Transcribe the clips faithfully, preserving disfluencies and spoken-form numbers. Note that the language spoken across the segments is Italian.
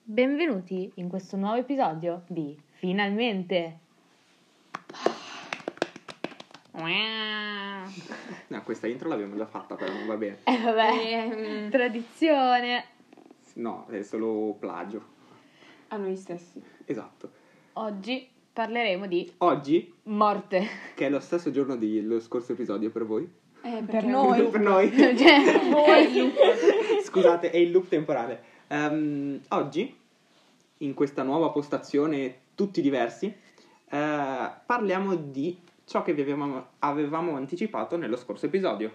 Benvenuti in questo nuovo episodio di Finalmente. No, questa intro l'abbiamo già fatta, però non va bene. Eh vabbè, Ehm, tradizione. No, è solo plagio. a noi stessi. Esatto. Oggi parleremo di Oggi, morte. che è lo stesso giorno dello scorso episodio per voi. Eh, Per noi. Per noi. Cioè, voi. Scusate, è il loop temporale. Ehm, oggi, in questa nuova postazione, tutti diversi, eh, parliamo di ciò che vi avevamo, avevamo anticipato nello scorso episodio.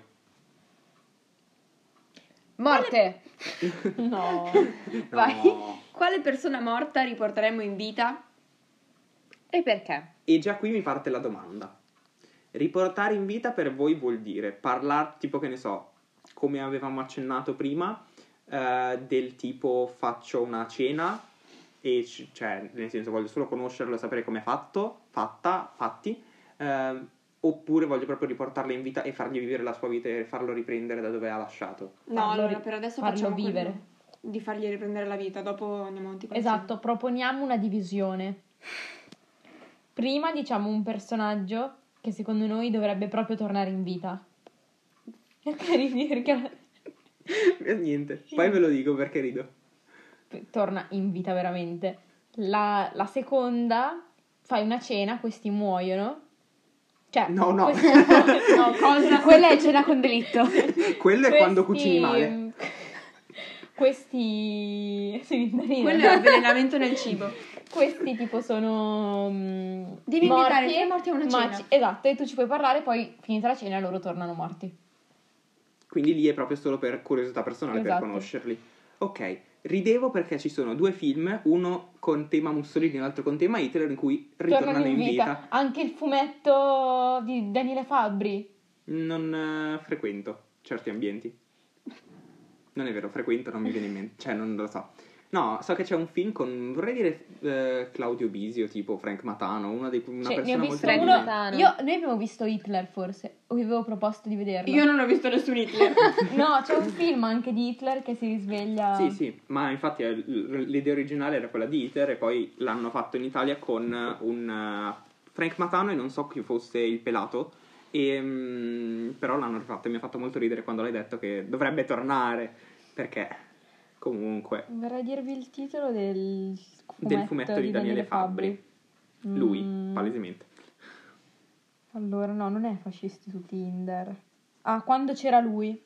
Morte. No. Vai. No. Quale persona morta riporteremo in vita? E perché? E già qui mi parte la domanda. Riportare in vita per voi vuol dire parlare, tipo che ne so, come avevamo accennato prima, eh, del tipo faccio una cena, e c- cioè nel senso voglio solo conoscerlo e sapere com'è fatto, fatta, fatti, eh, oppure voglio proprio riportarlo in vita e fargli vivere la sua vita e farlo riprendere da dove ha lasciato. No, Farlo allora ri- per adesso farlo facciamo vivere. quello di fargli riprendere la vita, dopo andiamo avanti con Esatto, proponiamo una divisione. Prima diciamo un personaggio che secondo noi dovrebbe proprio tornare in vita. Perché ridi? Perché E niente, poi ve lo dico perché rido. torna in vita veramente. La, la seconda, fai una cena, questi muoiono. Cioè, No, no. questi- no, cosa? Quella è cena con delitto. Quello è quando Questi- cucini male. Questi... sì, Danilo. Quello è avvelenamento nel cibo. Questi tipo sono mm, Devi morti, invitare tre morti a una ma cena. ci- esatto, e tu ci puoi parlare, poi finita la cena loro tornano morti. Quindi lì è proprio solo per curiosità personale, Esatto. per conoscerli. Ok, ridevo perché ci sono due film, uno con tema Mussolini e l'altro con tema Hitler, in cui ritornano Tornano in vita. Anche il fumetto di Daniele Fabbri. Non eh, frequento certi ambienti. Non è vero, frequento, non mi viene in mente, cioè non lo so. No, so che c'è un film con, vorrei dire eh, Claudio Bisio, tipo Frank Matano, una, dei, una Cioè, ne ho persona visto molto uno. carina. Io, noi abbiamo visto Hitler forse, o vi avevo proposto di vederlo. Io non ho visto nessun Hitler. No, c'è un film anche di Hitler che si risveglia. Sì, sì, ma infatti eh, l- l'idea originale era quella di Hitler e poi l'hanno fatto in Italia con un uh, Frank Matano e non so chi fosse il pelato, e, mm, però l'hanno rifatto e mi ha fatto molto ridere quando l'hai detto che dovrebbe tornare, perché comunque Vorrei dirvi il titolo del fumetto, del fumetto di Daniele Fabbri. Lui, Mm, palesemente. Allora, no, non è Fascisti su Tinder. Ah, quando c'era lui.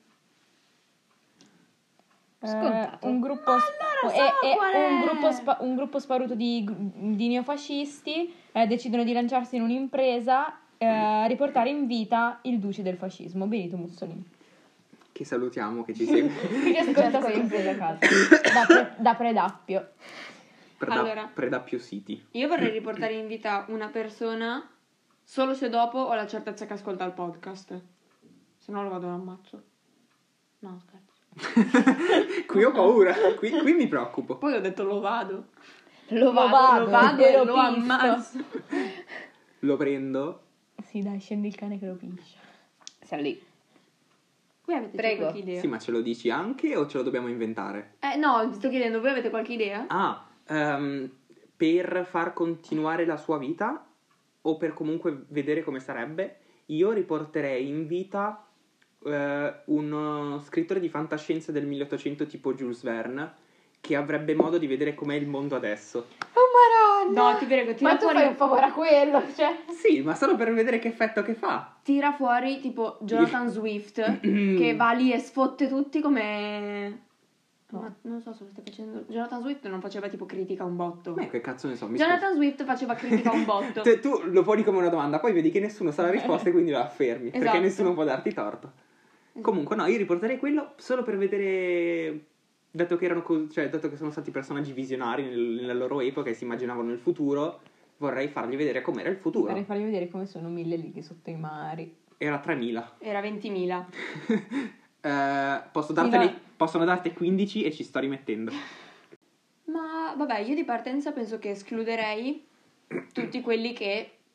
Eh, Scontato. un gruppo sp- Allora è- so è qual è! un gruppo, spa- un gruppo sparuto di, di neofascisti eh, decidono di lanciarsi in un'impresa eh, a riportare in vita il duce del fascismo, Benito Mussolini. Che salutiamo, che ci segue. Che ascolta sempre da casa. Da, pre- da Predappio. Preda- Allora. Predappio City. Io vorrei riportare in vita una persona solo se dopo ho la certezza che ascolta il podcast. Se no lo vado all'ammazzo. No, scherzo. Qui ho paura, qui, qui mi preoccupo. Poi ho detto lo vado. Lo vado, vado, lo vado e lo lo pisto. ammazzo. Lo prendo. Sì, dai, scendi il cane che lo piscia. Siamo lì. Voi avete già Prego. qualche idea? Sì, ma ce lo dici anche o ce lo dobbiamo inventare? Eh no, ti sto chiedendo, voi avete qualche idea? Ah, ehm, per far continuare la sua vita o per comunque vedere come sarebbe, io riporterei in vita eh, uno scrittore di fantascienza del milleottocento tipo Jules Verne che avrebbe modo di vedere com'è il mondo adesso. Oh maronna! No, ti prego, tira Ma tu fuori, fai un favore a quello, cioè... Sì, ma solo per vedere che effetto che fa. tira fuori tipo Jonathan Swift che va lì e sfotte tutti come... No. Ma non so se lo stai facendo. Jonathan Swift non faceva tipo critica a un botto. Ma che cazzo ne so, mi Jonathan Swift faceva critica a un botto. scusi. Te- tu lo poni come una domanda, poi vedi che nessuno sa la risposta e quindi la affermi, perché Esatto. nessuno può darti torto. Comunque no, io riporterei quello solo per vedere, dato che erano co- cioè dato che sono stati personaggi visionari nel- nella loro epoca e si immaginavano il futuro, vorrei fargli vedere com'era il futuro. Vorrei fargli vedere come sono mille lighe sotto i mari. Era tremila. Era ventimila. Eh, posso Sì, dartene, va. possono darti quindici e ci sto rimettendo. Ma vabbè, io di partenza penso che escluderei tutti quelli che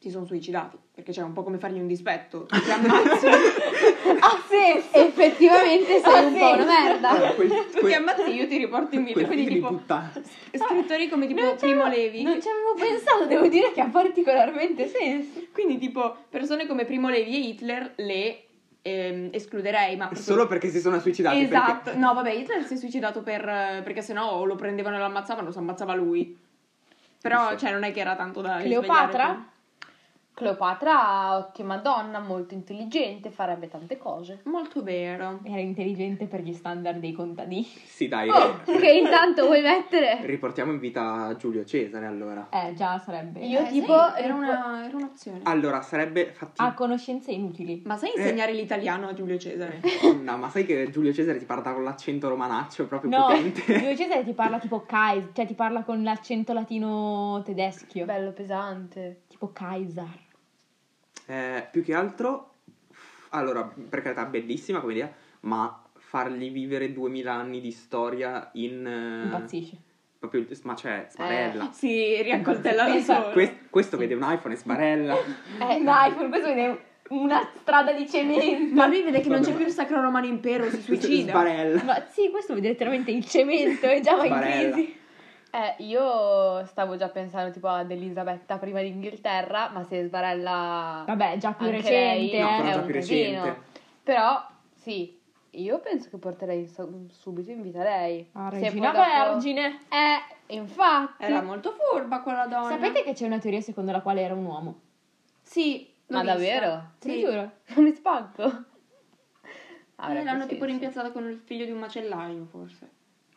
si sono suicidati, perché c'è un po' come fargli un dispetto, tu ti ammazzi, Ah, sì, Effettivamente sei Ah, un sì. po' una merda. Allora, quel- tu ti quel- ammazzi, io ti riporto in vita, quel quindi figlio di tipo puttana. scrittori come tipo Non ci Primo avevo- Levi, Non ci avevo pensato, devo dire che ha particolarmente senso. quindi tipo persone come Primo Levi e Hitler le ehm, escluderei, ma proprio- Solo perché si sono suicidati. esatto, perché- no vabbè, Hitler si è suicidato per perché sennò o lo prendevano e lo ammazzavano o si ammazzava lui, però Sì. cioè non è che era tanto da Cleopatra? risvegliare. Cleopatra, ottima donna, molto intelligente, farebbe tante cose. Molto vero. Era intelligente per gli standard dei contadini. Sì, dai. Oh, eh, che intanto vuoi mettere? riportiamo in vita Giulio Cesare, allora. Eh, già sarebbe. Io Eh, tipo sai, era, ripo- una, era un'opzione. Allora, sarebbe fatti... Ha conoscenze inutili. Ma sai insegnare l'italiano a Giulio Cesare? No, ma sai che Giulio Cesare ti parla con l'accento romanaccio proprio No, potente? Giulio Cesare ti parla tipo Kaiser, cioè ti parla con l'accento latino tedeschio. Bello pesante. Tipo Kaiser. Eh, più che altro, allora, per carità, bellissima come idea, ma fargli vivere duemila anni di storia in... eh, Impazzisce. proprio, il- ma cioè, sbarella. Si riaccoltella da Pensa- solo. Quest- questo vede un iPhone e sbarella. Eh, dai, per questo vede una strada di cemento. Ma lui vede che non c'è più il Sacro Romano Impero, si suicida. Sbarella. Ma sì, questo vede letteralmente il cemento e già va in Sbarella. crisi. Eh, io stavo già pensando tipo ad Elisabetta prima d'Inghilterra, ma se Sbarella Vabbè, già più anche recente, lei, No, eh. però è già un più casino. recente. Però, sì, io penso che porterei su- subito in vita lei. Ah, Se Regina poi dopo- Vergine. Eh, infatti. Era molto furba quella donna. Sapete che c'è una teoria secondo la quale era un uomo? Sì, l'ho Ma vista. davvero? Te lo Sì. giuro. Non mi spanco. Eh, Avrebbe l'hanno senso. tipo rimpiazzata con il figlio di un macellaio, forse.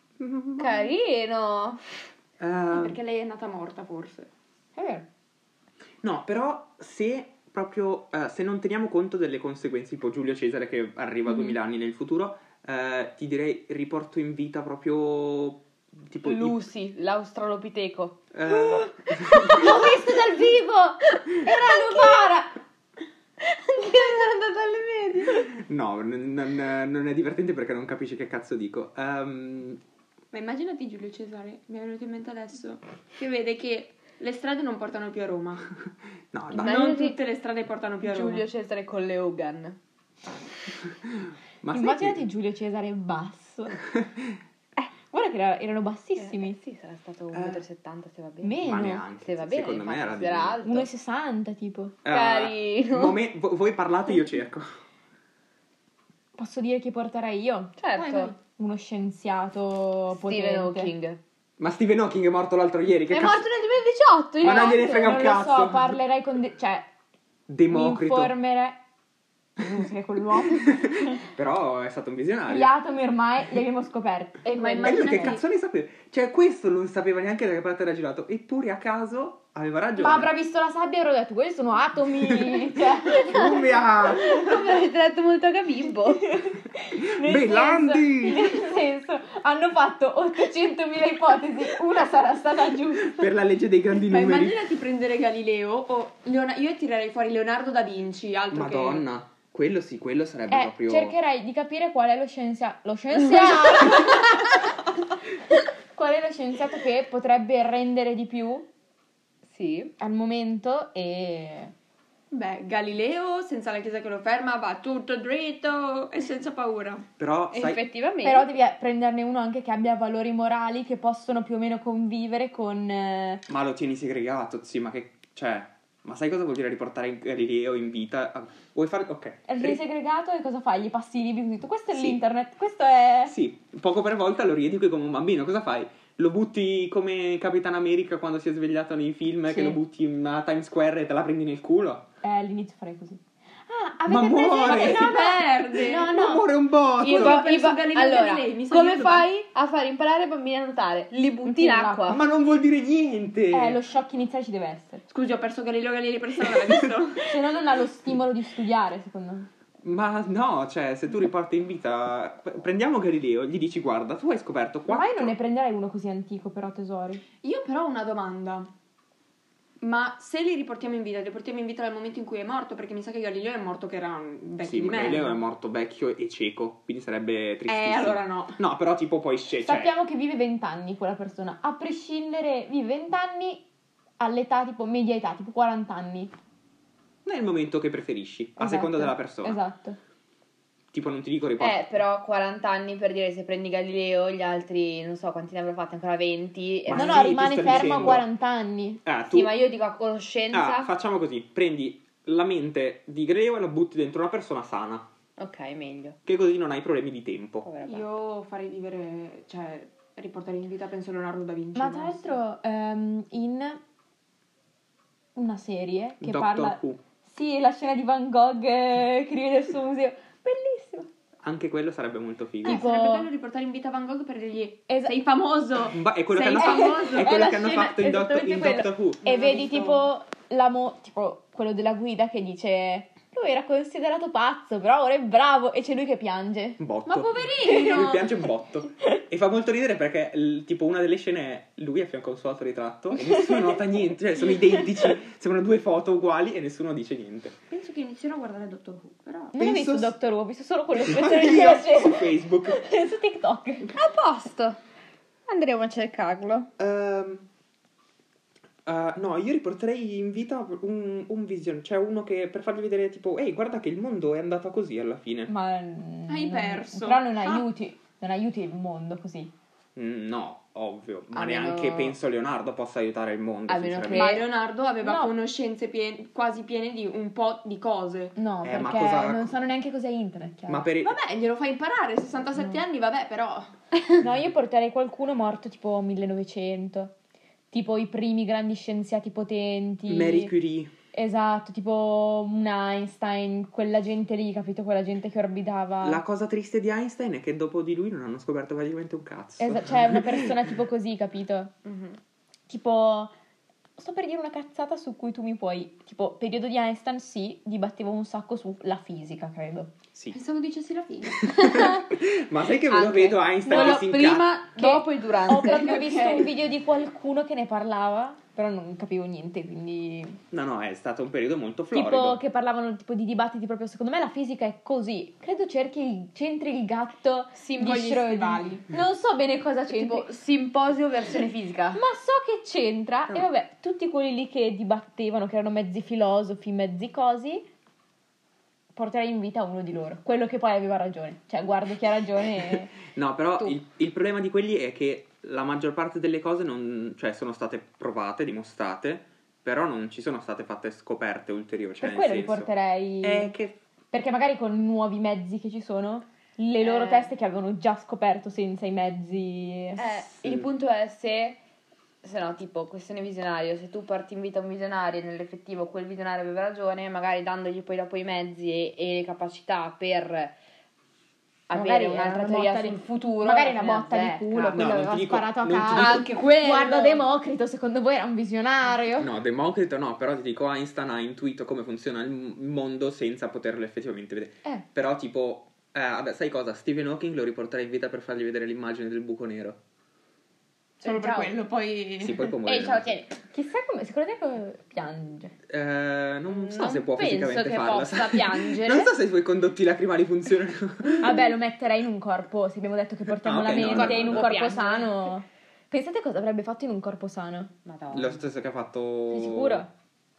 Carino. Eh, Perché lei è nata morta, forse. È vero. no, però se proprio eh, se non teniamo conto delle conseguenze, tipo Giulio Cesare che arriva a Mhm. duemila anni nel futuro, eh, ti direi riporto in vita proprio tipo i- Lucy, l'australopiteco. eh, L'ho visto dal vivo! Era Novara! Anche sono andata alle medie. no, n- n- non è divertente perché non capisci che cazzo dico. Ehm, Ma immaginati Giulio Cesare, mi è venuto in mente adesso, che vede che le strade non portano più a Roma. no, dai. Immaginati Non tutte le strade portano più a Roma. Giulio Cesare con le Hogan. Ma sai Immaginati che- Giulio Cesare basso. Eh, guarda che era- erano bassissimi. Eh, sì, sarà stato uno virgola settanta se va bene. Meno. Ma neanche. Se va bene, Secondo me infatti, era di era meno. alto. uno virgola sessanta tipo. Eh, Carino. momen- vo- voi parlate, io cerco. Posso dire chi porterei io? Certo. Vai, vai. Uno scienziato potente. Stephen Hawking. Ma Stephen Hawking è morto l'altro ieri. Che È cazzo? morto nel duemiladiciotto. Ma io non gliene morto. frega un Non cazzo. lo so, parlerei con... de- cioè, mi Democrito. informerei... Non so che con l'uomo. Però è stato un visionario. Gli atomi ormai li abbiamo scoperti. E Ma quello- Ma lui che immaginati- cazzo ne sapeva? Cioè, questo non sapeva neanche da che parte era girato. Eppure a caso aveva ragione. Ma avrà visto la sabbia e avrò detto, quelli sono atomi. Cioè, Umbia! Come avete detto molto a Gabibbo. nel Belandi! senso- Nel senso, hanno fatto ottocentomila ipotesi, una sarà stata giusta. Per la legge dei grandi Ma numeri. immaginati prendere Galileo o Leona- io tirerei fuori Leonardo da Vinci, altro Madonna, quello sì, quello sarebbe Eh, proprio... cercherei di capire qual è lo scienziato. Lo scienziato! Qual è lo scienziato che potrebbe rendere di più Sì. al momento e... che... Beh, Galileo, senza la chiesa che lo ferma, va tutto dritto e senza paura. Però, sai... Effettivamente. Però devi prenderne uno anche che abbia valori morali che possono più o meno convivere con... eh, Ma lo tieni segregato, sì, ma che... Cioè... Ma sai cosa vuol dire riportare Galileo in vita? Ah, Vuoi fare... Ok. È Ri- segregato e cosa fai? Gli passi i libri così. Questo è Sì. l'internet, questo è... Sì, poco per volta lo rieduchi come un bambino. Cosa fai? Lo butti come Capitan America quando si è svegliato nei film, Sì. che lo butti a Times Square e te la prendi nel culo? Eh, all'inizio farei così. Ah, Ma avete preso... muore! No, Si no, perde! No, Ma no. muore un botto! I Io ba- penso i ba- Galileo allora, Galilei, mi sa come io- fai a far imparare i bambini a nuotare? Li butti in in acqua. Ma non vuol dire niente! Eh, lo shock iniziale ci deve essere. Scusi, ho perso Galileo Galilei per strada, l'hai visto? Se no non ha lo stimolo di studiare, secondo me. Ma no, cioè, se tu riporti in vita... Prendiamo Galileo, gli dici, guarda, tu hai scoperto qua... Mai non ne prenderai uno così antico, però, tesori. Io però ho una domanda. Ma se li riportiamo in vita, li portiamo in vita dal momento in cui è morto? Perché mi sa che Galileo è morto che era un vecchio Sì, di ma merda. Galileo è morto vecchio e cieco, quindi sarebbe tristissimo. Eh, allora no. No, però tipo poi scende... Cioè, Sappiamo che vive vent'anni quella persona. A prescindere, vive vent'anni all'età tipo media età, tipo quaranta anni. nel momento che preferisci, a Esatto, seconda della persona. Esatto. Tipo, non ti dico riporta. Eh, però quaranta anni per dire, se prendi Galileo, gli altri, non so quanti ne avrebbero fatti, ancora venti. Ma e- No, sì, no, ti rimane sto fermo a dicendo. quaranta anni. Ah, tu... Sì, ma io dico a conoscenza. Ah, facciamo così, prendi la mente di Galileo e la butti dentro una persona sana, Ok, meglio. che così non hai problemi di tempo. Povera Barbara. Io farei vivere, cioè, riportare in vita, penso, Leonardo da Vinci. Ma tra basta. l'altro ehm, in una serie che Doctor parla... Who. Sì, la scena di Van Gogh eh, che rivede il suo museo. Bellissimo. Anche quello sarebbe molto figo. Eh, Tipo- sarebbe bello riportare in vita Van Gogh per dirgli Esa- sei famoso. Ma è quello che sei hanno fatto, famoso. è È quello la che hanno scena- fatto in, Doctor, in esattamente Doctor Who. E Non l'ho vedi visto. tipo, la mo- tipo quello della guida che dice lui era considerato pazzo, però ora è bravo, e c'è lui che piange. Un botto. Ma poverino. Lui piange un botto. E fa molto ridere perché l- tipo una delle scene è lui a fianco al suo autoritratto e nessuno nota niente, cioè sono identici, sembrano due foto uguali e nessuno dice niente. Penso che inizierò a guardare Doctor Who, però... Non ho Penso visto s- Doctor Who, ho visto solo quello Ma spezzone di io quella su scena. Facebook. Su TikTok. A posto. Andremo a cercarlo. Ehm, eh, no, io riporterei in vita un, un vision, cioè uno che per fargli vedere tipo, ehi, guarda che il mondo è andato così alla fine. Ma mm, Hai non- perso. Però non Ah. aiuti, non aiuti il mondo così. Mm, no, ovvio, ma A meno- neanche penso Leonardo possa aiutare il mondo, A meno sinceramente. Ma Leonardo aveva No. conoscenze pie- quasi piene di un po' di cose. No, Eh, ma perché cosa- non sanno neanche cos'è internet, chiaro. Ma per i- Vabbè, glielo fai imparare, sessantasette No. anni, vabbè, però... No, io porterei qualcuno morto tipo millenovecento. Tipo i primi grandi scienziati potenti. Marie Curie. Esatto, tipo un Einstein, quella gente lì, capito? Quella gente che orbitava. La cosa triste di Einstein è che dopo di lui non hanno scoperto praticamente un cazzo. Esa- cioè, una persona tipo così, capito? Mhm. Tipo, sto per dire una cazzata su cui tu mi puoi... Tipo, periodo di Einstein, sì, dibattevo un sacco sulla fisica, credo. Sì. Pensavo dicessi la fine. Ma sai che ve lo Anche. vedo Einstein Quello che si incazza? prima, Che dopo e durante. Ho proprio Ok. visto un video di qualcuno che ne parlava, però non capivo niente, quindi... No, no, è stato un periodo molto Tipo florido. che parlavano tipo di dibattiti proprio, secondo me la fisica è così. Credo cerchi il, c'entri il gatto Simboli di Schrödinger. stivali. Non so bene cosa c'entri, Tipo simposio versione fisica. ma so che c'entra. E vabbè, tutti quelli lì che dibattevano, che erano mezzi filosofi, mezzi cosi, porterei in vita uno di loro. Quello che poi aveva ragione. Cioè, guardo chi ha ragione e... No, però Tu. il, il problema di quelli è che la maggior parte delle cose non, cioè, sono state provate, dimostrate, però non ci sono state fatte scoperte ulteriori. Cioè, Per quello nel li senso, porterei... È che Perché magari con i nuovi mezzi che ci sono, le loro Eh. teste che avevano già scoperto senza i mezzi... Eh, Sì. il punto è se, se no, tipo, questione visionario, se tu porti in vita un visionario e nell'effettivo quel visionario aveva ragione, magari dandogli poi dopo i mezzi e, e le capacità per avere Magari un'altra una teoria botta sul di- futuro. Magari alla una fine botta di azzecca. culo, No, quello non aveva ti dico- sparato a non ti caso. dico- Anche quello. Guarda Democrito, secondo voi era un visionario? no, Democrito no, però ti dico Einstein ha intuito come funziona il m- mondo senza poterlo effettivamente vedere. Eh, Però tipo, eh, vabbè, sai cosa? Stephen Hawking lo riporterei in vita per fargli vedere l'immagine del buco nero. Solo Eh, per ciao. quello, poi... Sì, poi può morire. Ehi, ciao, tieni. chissà come, secondo te come piange? Eh, non so Non se può penso fisicamente che farlo. possa sai? piangere. Non so se i suoi condotti lacrimali funzionano. Vabbè, lo metterei in un corpo, se abbiamo detto che portiamo Ah, ok, la no, mente no, in un può corpo piangere. sano. Pensate cosa avrebbe fatto in un corpo sano? Madonna. Lo stesso che ha fatto... Sei sicuro?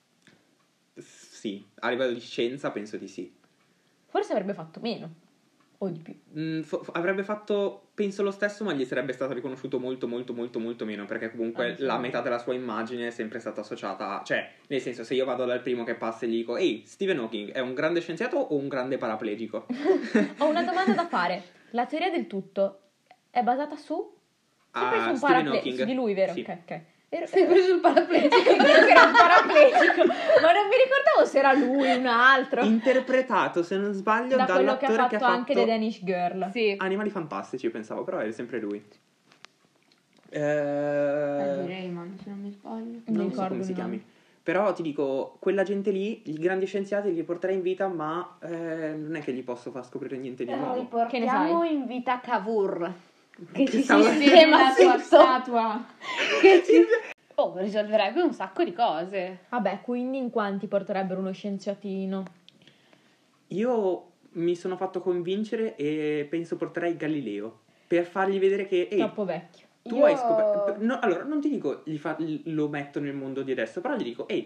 Sì, a livello di scienza penso di sì. Forse avrebbe fatto meno. O di più. Mm, fo- fo- avrebbe fatto, penso lo stesso, ma gli sarebbe stato riconosciuto molto, molto, molto, molto meno, perché comunque Ah, sì. la metà della sua immagine è sempre stata associata a... Cioè, nel senso, se io vado dal primo che passa e gli dico ehi, Stephen Hawking è un grande scienziato o un grande paraplegico? Ho una domanda da fare. La teoria del tutto è basata su? Sempre Ah, su un Stephen paraple- Hawking. su di lui, vero? Sì. Ok, ok. Ero- Sempre sul paraplegico. Io credo che era un paraplegico, ma non mi ricordavo se era lui o un altro. Interpretato, se non sbaglio, Da quello che ha dall'attore fatto, che ha fatto anche The Danish Girl. Sì. Animali Fantastici, pensavo, però è sempre lui. Eh, Eh... direi, ma se non mi sbaglio. Non mi so ricordo come si il nome. chiami. Però ti dico, quella gente lì, i grandi scienziati li porterei in vita, ma eh, non è che gli posso far scoprire niente di nuovo. Che ne Riportiamo sai? in vita Cavour. Che ci stavo- sistema la tua tutto. statua. Che ci... Oh, risolverebbe un sacco di cose. Vabbè, quindi in quanti porterebbero uno scienziatino? Io mi sono fatto convincere e penso porterei Galileo per fargli vedere che ehi, Troppo vecchio. tu Io- hai scoperto. No, allora, non ti dico gli fa- lo metto nel mondo di adesso, però gli dico, ehi,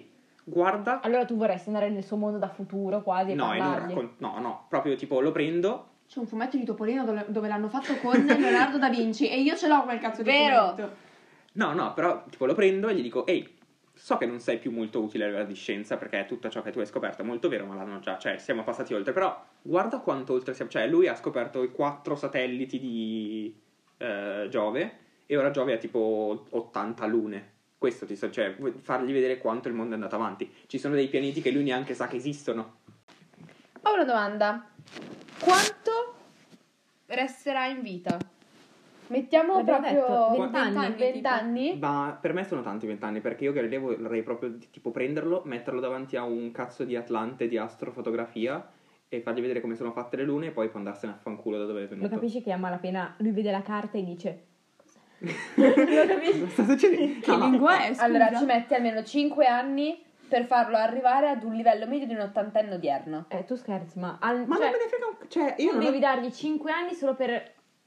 guarda. Allora tu vorresti andare nel suo mondo da futuro quasi e No, e non parlargli. raccon- no, no, proprio tipo lo prendo. C'è un fumetto di Topolino dove, dove l'hanno fatto con Leonardo da Vinci e io ce l'ho quel cazzo di Vero. fumetto. No, no, però tipo lo prendo e gli dico, ehi, so che non sei più molto utile a livello di scienza perché tutto ciò che tu hai scoperto è molto vero, ma l'hanno già, cioè siamo passati oltre, però guarda quanto oltre siamo, cioè lui ha scoperto i quattro satelliti di eh, Giove e ora Giove ha tipo ottanta lune. Questo ti so, cioè fargli vedere quanto il mondo è andato avanti. Ci sono dei pianeti che lui neanche sa che esistono. Ho una domanda. Quanto resterà in vita? Mettiamo L'abbiamo proprio detto, vent'anni, vent'anni? Ma per me sono tanti vent'anni, perché io Galileo vorrei proprio di- tipo prenderlo, metterlo davanti a un cazzo di Atlante di astrofotografia e fargli vedere come sono fatte le lune e poi può andarsene a fanculo da dove è Lo venuto. capisci che a malapena lui vede la carta e dice lo capisci? Cosa sta succedendo? Che No, no. lingua è, scusa? Allora ci metti almeno cinque anni per farlo arrivare ad un livello medio di un ottantenne odierno. Eh, tu scherzi, ma, al, Ma cioè, non me ne frega un... Cioè, io tu non devi ho... dargli cinque anni solo per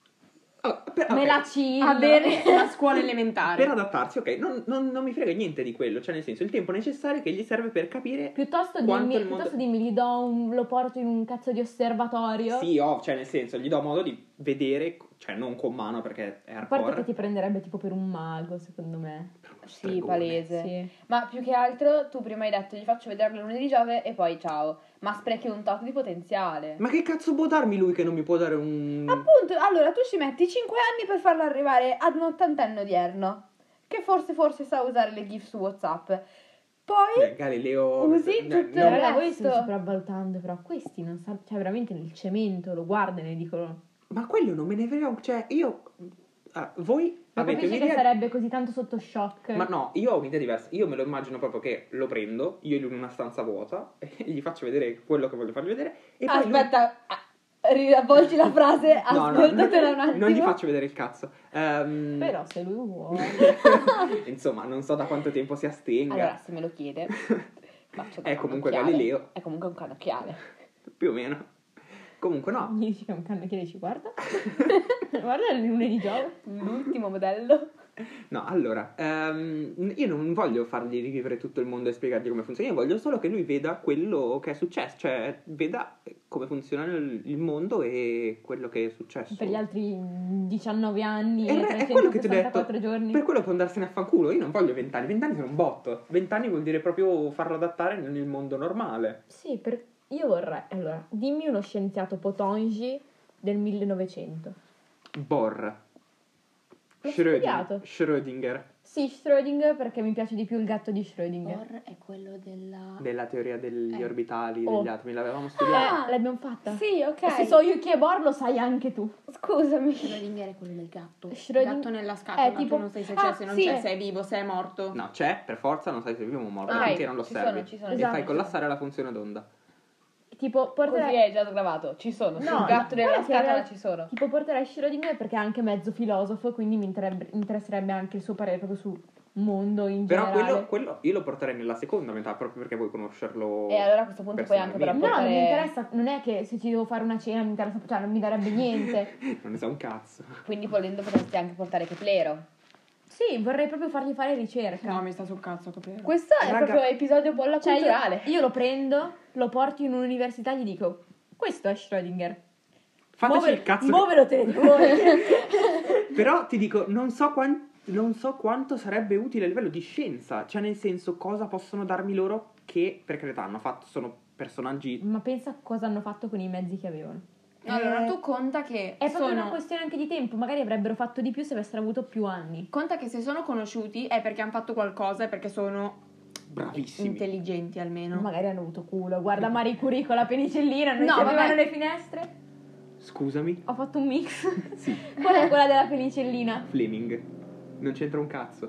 Oh, per, me ok, la ci Avere la scuola elementare. per adattarsi, ok, non, non- non mi frega niente di quello, cioè nel senso il tempo necessario che gli serve per capire... Piuttosto Quanto dimmi, il mondo- piuttosto dimmi, gli do un, lo porto in un cazzo di osservatorio. Sì, oh, cioè nel senso gli do modo di vedere, cioè non con mano perché è A parte hardcore. che ti prenderebbe tipo per un mago, secondo me. Sì, Stregone. palese. Sì. Ma più che altro tu prima hai detto gli faccio vedere le lune di Giove e poi ciao. Ma sprechi un tot di potenziale. Ma che cazzo può darmi lui che non mi può dare un... Appunto, allora tu ci metti cinque anni per farlo arrivare ad un ottantenne odierno. Che forse forse sa usare le GIF su WhatsApp. Poi Eh, Galileo... Usi no, tutte no, le- Raga, voi resto- state sopravvalutando, però questi non sanno, cioè veramente nel cemento lo guardano e dicono. ma quello non me ne frega un... Cioè io... Ah, voi Ma avete capisci che un'idea... sarebbe così tanto sotto shock? Ma no, io ho un'idea diversa. Io me lo immagino proprio che lo prendo, io in una stanza vuota, e gli faccio vedere quello che voglio fargli vedere, e poi lui- aspetta, ah, riavvolgi la frase, No, no, ascoltatela un non, attimo. non gli faccio vedere il cazzo. Ehm, Però se lui vuole. Insomma, non so da quanto tempo si astenga. Allora, se me lo chiede, faccio da È comunque cannocchiale. Galileo. È comunque un cannocchiale. Più o meno. Comunque no. Gli dici che è un canno che dici guarda. Guarda le lune di Giove. L'ultimo modello. No, allora, ehm, io non voglio fargli rivivere tutto il mondo e spiegargli come funziona, io voglio solo che lui veda quello che è successo, cioè veda come funziona il, il mondo e quello che è successo. Per gli altri diciannove anni È, e re- è quello che ti ho detto, trecentosessantaquattro giorni. per quello può andarsene a fanculo, io non voglio vent'anni, vent'anni sono un botto, vent'anni vuol dire proprio farlo adattare nel nel mondo normale. Sì, per... io vorrei. Allora, dimmi uno scienziato Potongi del millenovecento. Bohr. L'ho Schrödinger. studiato. Schrödinger, Sì, Schrödinger perché mi piace di più il gatto di Schrödinger. Bohr è quello della... della teoria degli Eh. orbitali, Oh. degli atomi, l'avevamo studiata. Ah, l'abbiamo fatta. Sì, ok. Se so io chi è Bohr lo sai anche tu. Scusami. Schrödinger è quello del gatto. Schrödinger- Gatto nella scatola, Eh, tipo- tu non sai se Ah, c'è, se non sì. c'è, se è vivo, se è morto. No, c'è, per forza, non sai se è vivo o morto, Ah, finché non lo ci osservi. sono, ci sono. E Esatto. fai collassare la funzione d'onda. Tipo, Così porterai... è già sgravato. Ci sono. No, Sul gatto no, della guarda che in scatola realtà- ci sono. Tipo porterai Schrödinger perché è anche mezzo filosofo, quindi mi interesserebbe, interesserebbe anche il suo parere proprio sul mondo in Però generale. quello, quello io lo porterei nella seconda metà, proprio perché vuoi conoscerlo. E allora a questo punto puoi anche però No, personalmente. non mi portare... interessa, non è che se ci devo fare una cena mi interessa, cioè non mi darebbe niente. Non ne sa un cazzo. Quindi volendo potresti anche portare Keplero. Sì, vorrei proprio fargli fare ricerca. No, mi sta sul cazzo, capire. Questo è Raga- proprio episodio bolla Cioè, culturale. io, io lo prendo, lo porto in un'università e gli dico, questo è Schrödinger. Fateci Muove- il cazzo. Muovelo te, voi. Però ti dico, non so, quan- non so quanto sarebbe utile a livello di scienza. Cioè, nel senso, cosa possono darmi loro che, per carità, hanno fatto, sono personaggi. Ma pensa cosa hanno fatto con i mezzi che avevano. Allora, Eh, tu conta che È proprio sono... una questione anche di tempo, magari avrebbero fatto di più se avessero avuto più anni. Conta che se sono conosciuti è perché hanno fatto qualcosa e perché sono Bravissimi. intelligenti almeno. Magari hanno avuto culo. Guarda Marie Curie con la penicillina, non No, ci avevano vabbè. le finestre. Scusami. Ho fatto un mix. Sì. Qual è quella della penicillina? Fleming. Non c'entra un cazzo.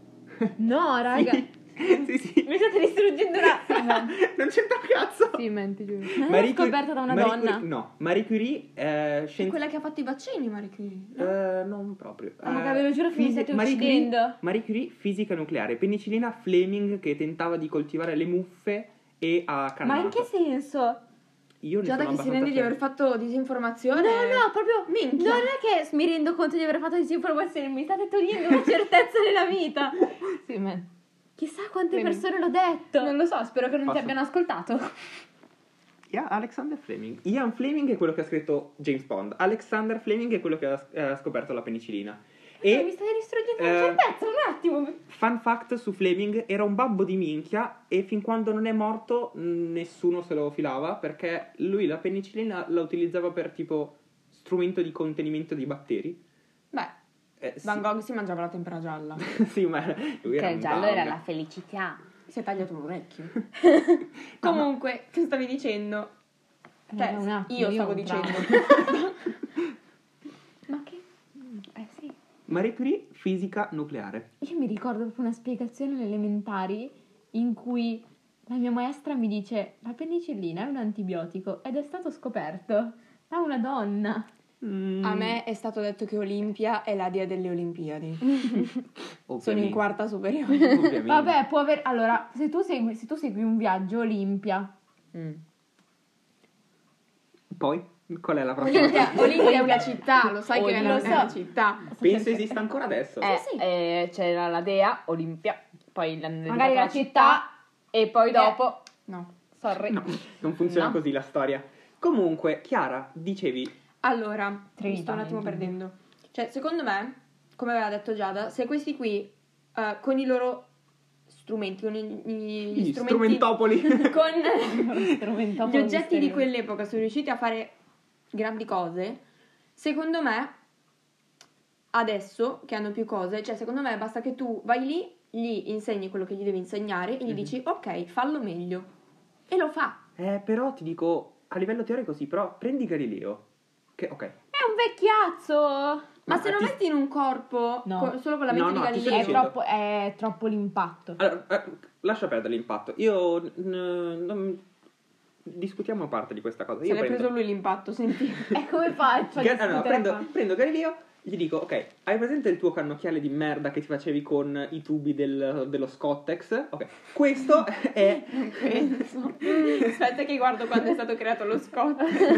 No, raga. Sì, sì. Mi state distruggendo una... Non c'entra un cazzo. Sì, menti, giuro. Marie Curie- scoperta da una Marie donna. Curie- no, Marie Curie è scienza. Quella che ha fatto i vaccini, Marie Curie. Eh, non proprio. Raga, Eh, ve lo giuro che mi fisi- state Marie Curie- uccidendo. Marie Curie, fisica nucleare. Penicillina, Fleming che tentava di coltivare le muffe e ha cannato. Ma in che senso? Io ne Giada sono che si abbastanza rende di aver certo. fatto disinformazione. No, no, proprio... Minchia. Non è che mi rendo conto di aver fatto disinformazione, mi state togliendo una certezza nella vita. Sì, man. Chissà quante Fleming. persone l'ho detto. Non lo so, spero che non Posso? ti abbiano ascoltato. Yeah, Alexander Fleming. Ian Fleming è quello che ha scritto James Bond. Alexander Fleming è quello che ha, ha scoperto la penicillina. E mi E stai distruggendo la eh, certezza, un attimo. fun fact su Fleming, era un babbo di minchia e fin quando non è morto mh, nessuno se lo filava perché lui la penicillina la utilizzava per tipo strumento di contenimento di batteri. Beh, Eh, sì. Van Gogh si mangiava la tempera gialla. Sì, ma lui era Che un il giallo down. era la felicità. Si è tagliato un orecchio. Comunque, che stavi dicendo? Cioè, Eh, un attimo, io io stavo ho un dicendo. Ma che... Eh sì. Marie Curie, fisica nucleare. Io mi ricordo proprio una spiegazione alle elementari in cui la mia maestra mi dice la penicillina è un antibiotico ed è stato scoperto da una donna. Mm, A me è stato detto che Olimpia è la dea delle Olimpiadi. Sono ovviamente. in quarta superiore. Ovviamente. Vabbè, può aver... Allora, se tu segui, se tu segui un viaggio Olimpia, Mm. Poi, qual è la prossima? Olimpia, Olimpia è una città, lo sai che è una, Lo so. è una città. Penso esista ancora adesso. Eh, sì. eh, c'era la dea, Olimpia, poi l'hanno magari dedicata la città... e poi Eh. dopo, No. sorry. No, non funziona No. così la storia. Comunque, Chiara, dicevi... Allora, mi Trinità, sto un attimo intendo. perdendo. Cioè, secondo me, come aveva detto Giada, se questi qui, eh, con i loro strumenti, con i, i- gli Gli strumenti... strumentopoli. con strumento gli oggetti di quell'epoca sono riusciti a fare grandi cose, secondo me, adesso che hanno più cose, cioè secondo me basta che tu vai lì, gli insegni quello che gli devi insegnare e gli Mhm. dici ok, fallo meglio. E lo fa. Eh, però ti dico, a livello teorico sì, però prendi Galileo. Che, ok. È un vecchiazzo! Ma No, se lo ti- metti in un corpo No. co- solo con la mente No, di no, ti sto Galileo, È dicendo- troppo, è troppo l'impatto. Allora, eh, lascia perdere l'impatto. Io... n- non- discutiamo a parte di questa cosa. se Io l'è prendo... preso lui l'impatto, senti. E come faccio a Ga- allora, discutere prendo, qua? prendo Galileo, gli dico, ok, hai presente il tuo cannocchiale di merda che ti facevi con i tubi del- dello Scottex? Ok, questo è... Non penso. Aspetta che guardo quando è stato creato lo Scott.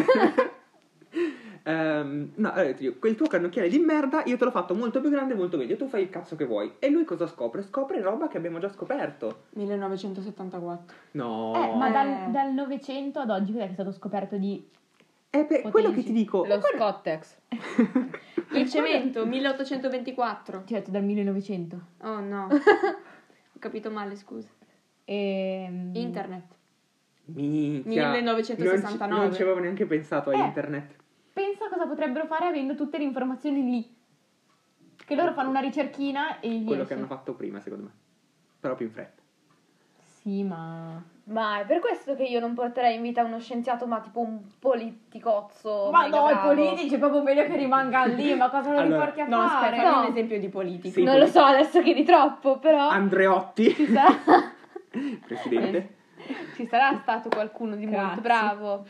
Ehm, no, allora ti dico, quel tuo cannocchiale di merda io te l'ho fatto molto più grande e molto meglio. Tu fai il cazzo che vuoi. E lui cosa scopre? Scopre roba che abbiamo già scoperto. millenovecentosettantaquattro. No. Eh, ma Eh. dal, dal Novecento ad oggi cos'è che è stato scoperto di... È per quello che ti dico. Lo Scottex. Il cemento, milleottocentoventiquattro. Ti ho detto dal millenovecento. Oh no. Ho capito male, scusa. Ehm, Internet. Minchia. millenovecentosessantanove. Non ci, non ci avevo neanche pensato a Eh. internet. Pensa cosa potrebbero fare avendo tutte le informazioni lì. Che loro fanno una ricerchina e gli Quello esce. che hanno fatto prima, secondo me. Però più in fretta. Sì, ma... Ma è per questo che io non porterei in vita uno scienziato, ma tipo un politicozzo. Ma mega no, i bravo. politici è proprio meglio che rimanga lì, ma cosa lo Allora, riporti a No, fare? aspetta, fammi No. un esempio di politico. Sì. Non lo so adesso che di troppo, però Andreotti, Ci sarà... presidente. ci sarà stato qualcuno di molto Grazie. bravo.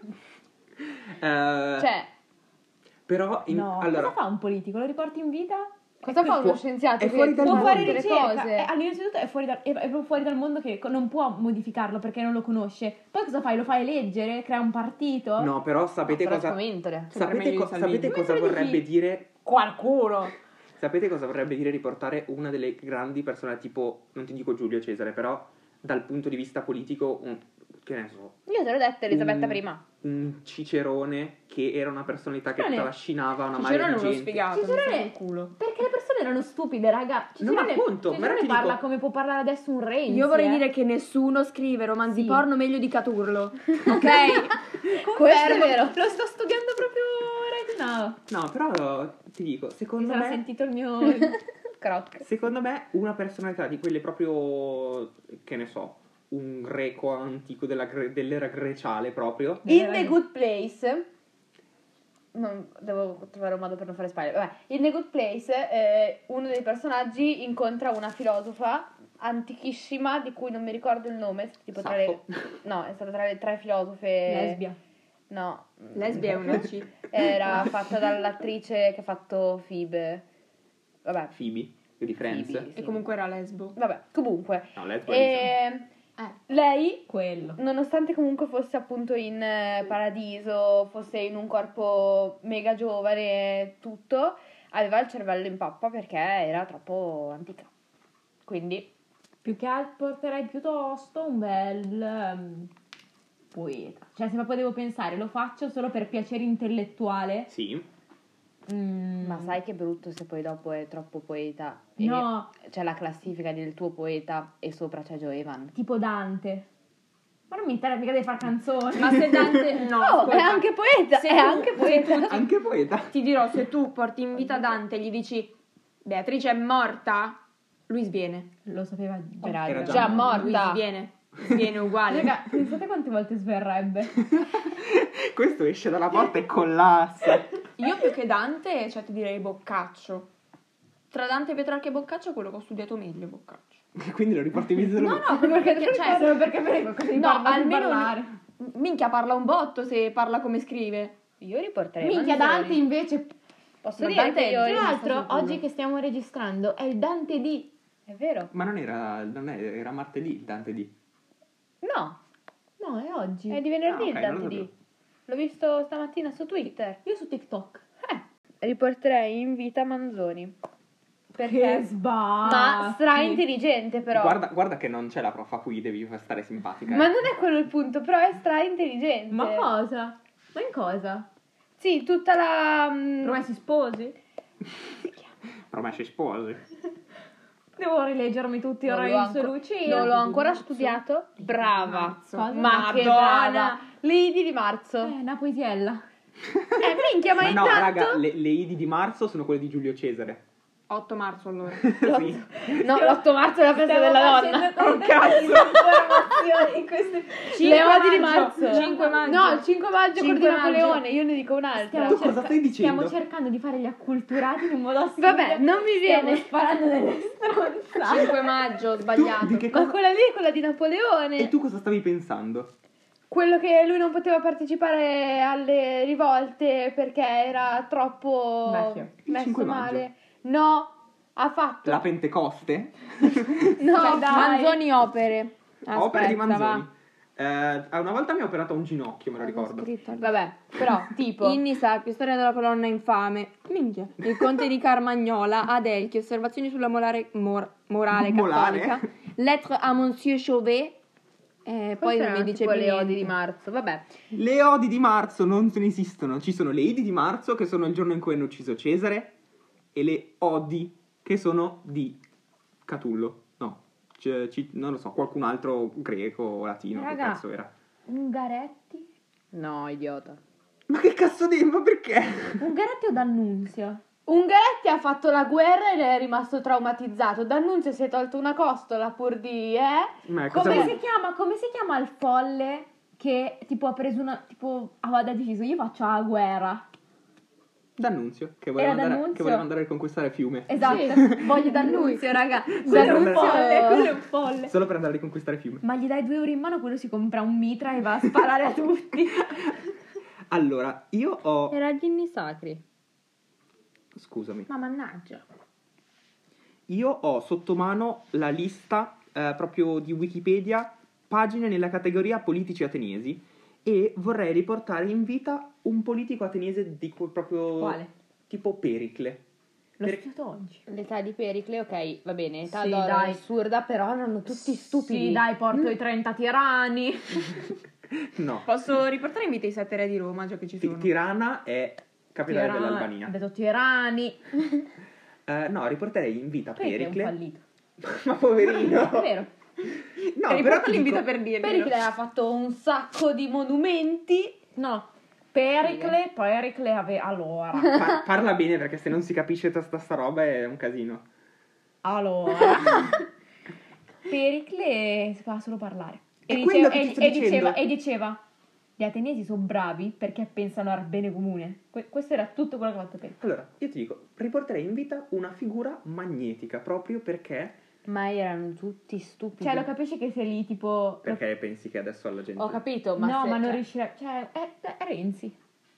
Eh, Cioè, però, in- No, allora, cosa fa un politico? Lo riporti in vita? cosa fa può- uno scienziato è che fuori dal può Può mondo. fare tutte le ricerca, cose? eh, all'innanzitutto è fuori, dal, è, è proprio fuori dal mondo che non può modificarlo perché non lo conosce. Poi cosa fai? Lo fai eleggere? Crea un partito? no, però sapete No, però cosa... scomentole. Sempre Sapete, meglio co- di Salvini. sapete cosa Come te lo vorrebbe dici? dire... Qualcuno! Sapete cosa vorrebbe dire riportare una delle grandi persone, tipo, non ti dico Giulio Cesare, però dal punto di vista politico, un- che ne so, Io te l'ho detto Elisabetta Mm. prima. un Cicerone che era una personalità che Cicerone- trascinava una marea Cicerone di è uno gente. sfigato, mi Cicerone- fa il culo. Perché le persone erano stupide, raga. No, ma Cicerone- appunto, Cicerone ma ti parla dico- come può parlare adesso un Renzi. Io vorrei eh. dire che nessuno scrive romanzi Sì. porno meglio di Caturlo. Ok? Confermo, Questo è vero. Lo sto studiando proprio right now. No, però ti dico, Mi secondo sarà me... sentito il mio... Croc. Secondo me una personalità di quelle proprio, che ne so, un greco antico della gre- dell'era greciale proprio. In The Good Place, non, devo trovare un modo per non fare spoiler. Vabbè, in The Good Place, eh, uno dei personaggi incontra una filosofa antichissima di cui non mi ricordo il nome. Tipo tra le, Saffo. no, è stata tra le tre filosofe. Lesbia. No, Lesbia è una C. era fatta dall'attrice che ha fatto Phoebe. Vabbè, Phoebe, di Friends. Phoebe, Che sì. comunque era lesbo. Vabbè, comunque. No, lesbo è E Eh. lei, Quello. nonostante comunque fosse appunto in eh, paradiso, fosse in un corpo mega giovane, tutto, aveva il cervello in pappa perché era troppo antica. Quindi Più che altro porterei piuttosto un bel ehm, poeta. Cioè, se proprio devo pensare, lo faccio solo per piacere intellettuale. Sì. Mm, Ma sai che brutto se poi dopo è troppo poeta. E No. c'è la classifica del tuo poeta e sopra c'è Joe Evan. Tipo Dante. Ma non mi interessa mica di fare canzoni. Ma se Dante... No, Oh, ascolta. è anche poeta, Se è tu- anche poeta. Anche poeta. Ti dirò, se tu porti in vita Dante e gli dici Beatrice è morta, lui sviene. Lo sapeva già. Peraltro. Era già già morto. Lui morta. sviene. Sviene uguale. Raga, pensate quante volte sverrebbe. Questo esce dalla porta e collassa. Io più che Dante, cioè ti direi Boccaccio. Tra Dante, Petrarca e Boccaccio, quello che ho studiato meglio è Boccaccio. Quindi lo riporti in vita. No, no, perché, Perché, cioè, solo perché avrei qualcosa di no, parla- di almeno parlare. minchia parla un botto se parla come scrive. Io riporterei Minchia, Manzoni. Dante invece. Posso Ma dire Dante che io è- ho Tra rimasto l'altro, sul culo. oggi che stiamo registrando è il Dante di. È vero? Ma non era, non è, era martedì, Dante D. No, No, è oggi. è di venerdì Ah, ok, il non Dante lo D. sapevo. L'ho visto stamattina su Twitter. Io su TikTok. Eh, riporterei in vita Manzoni. Che Perché? sbatti. Ma stra intelligente però. Guarda, guarda che non c'è la prof a cui devi stare simpatica. Ma non è quello il punto, però è stra intelligente. Ma cosa? Ma in cosa? Sì, tutta la... mm, Promessi sposi? Promessi sposi. Devo rileggermi tutti Non ora l'ho in anco- Lucina. non l'ho ancora studiato. Brava. Cosa? Ma che Madonna. brava. Lady di marzo. Eh, una poesiella. Eh, minchia, ma, Ma no, intanto... raga, le, le Idi di marzo sono quelle di Giulio Cesare. otto marzo allora. Sì. No, l'otto marzo è la festa della donna. Oh, cazzo. Informazioni in queste... Le odi di maggio. marzo. cinque maggio. No, il cinque maggio quello di cinque maggio. Napoleone, io ne dico un'altra. Stiamo, Tu cosa cerca- stai dicendo? stiamo cercando di fare gli acculturati in un modo assurdo. Vabbè, non mi Stiamo viene. sparando delle stronzate. cinque maggio, sbagliato. Tu di che Ma cosa... quella lì è quella di Napoleone. E tu cosa stavi pensando? Quello che lui non poteva partecipare alle rivolte perché era troppo Vecchio. Il messo cinque male. No, ha fatto. La Pentecoste? No, Cioè, dai. Manzoni opere. Opere di Aspetta, Manzoni. va. Eh, una volta mi ha operato un ginocchio, me lo ricordo. Vabbè, però, tipo. Inni Sapio, storia della colonna infame. Minchia. Il conte di Carmagnola, Adelchi, osservazioni sulla molare, mor- morale Molare? cattolica. Lettre a Monsieur Chauvet. Eh, poi Queste non mi erano dice tipo più le odi niente. di marzo. Vabbè. Le odi di marzo non se ne esistono. Ci sono le Idi di marzo, che sono il giorno in cui hanno ucciso Cesare, e le odi, che sono di Catullo. No, c- ci- non lo so, qualcun altro greco o latino, che Raga. cazzo era. Ungaretti? No, idiota. Ma che cazzo di... ma perché? Ungaretti o D'Annunzio? Ungaretti ha fatto la guerra ed è rimasto traumatizzato. D'Annunzio si è tolto una costola pur di, eh? Ma cosa Come vuol- si chiama? Come si chiama il folle che tipo ha preso una tipo aveva deciso io faccio la guerra. D'Annunzio, che voleva, Era andare, D'Annunzio? che voleva andare a conquistare Fiume. Esatto, voglio D'Annunzio, raga. Quello è un D'Annunzio- folle, quello è un folle. Solo per andare a riconquistare Fiume. Ma gli dai due euro in mano, quello si compra un mitra e va a sparare a tutti. Allora, io ho... Era gli inni sacri. Scusami. Ma mannaggia. Io ho sotto mano la lista eh, proprio di Wikipedia, pagine nella categoria politici ateniesi, e vorrei riportare in vita un politico ateniese di cui proprio... Quale? Tipo Pericle. L'ho Per- studiato oggi. L'età di Pericle, ok, va bene, età Sì, d'oro è dai. assurda, però erano tutti stupidi. Sì, dai, porto i trenta tirani. No. Posso riportare in vita i sette re di Roma, già che ci Ti- sono. Tirana è capitale Tirani. dell'Albania. Ho detto tirani. Eh, no, riporterei in vita Perché è un Pericle. fallito? Ma poverino. È vero. No, E però riporta ti l'invito dico- per dirlo. Pericle ha fatto un sacco di monumenti. No. Pericle, Pericle aveva... Allora. par- parla bene, perché se non si capisce tutta sta roba è un casino. Allora. Pericle sapeva solo parlare. È E, quello diceva, che ti e, sto e dicendo. diceva, e diceva, gli ateniesi sono bravi perché pensano al bene comune. Que- questo era tutto quello che ha fatto Pericle. Allora, io ti dico, riporterei in vita una figura magnetica, proprio perché... Ma erano tutti stupidi. Cioè, lo capisci che sei lì, tipo... Perché pensi che adesso alla gente... Ho capito, ma no, se- ma non cioè- riuscirà... Cioè, è, è Renzi.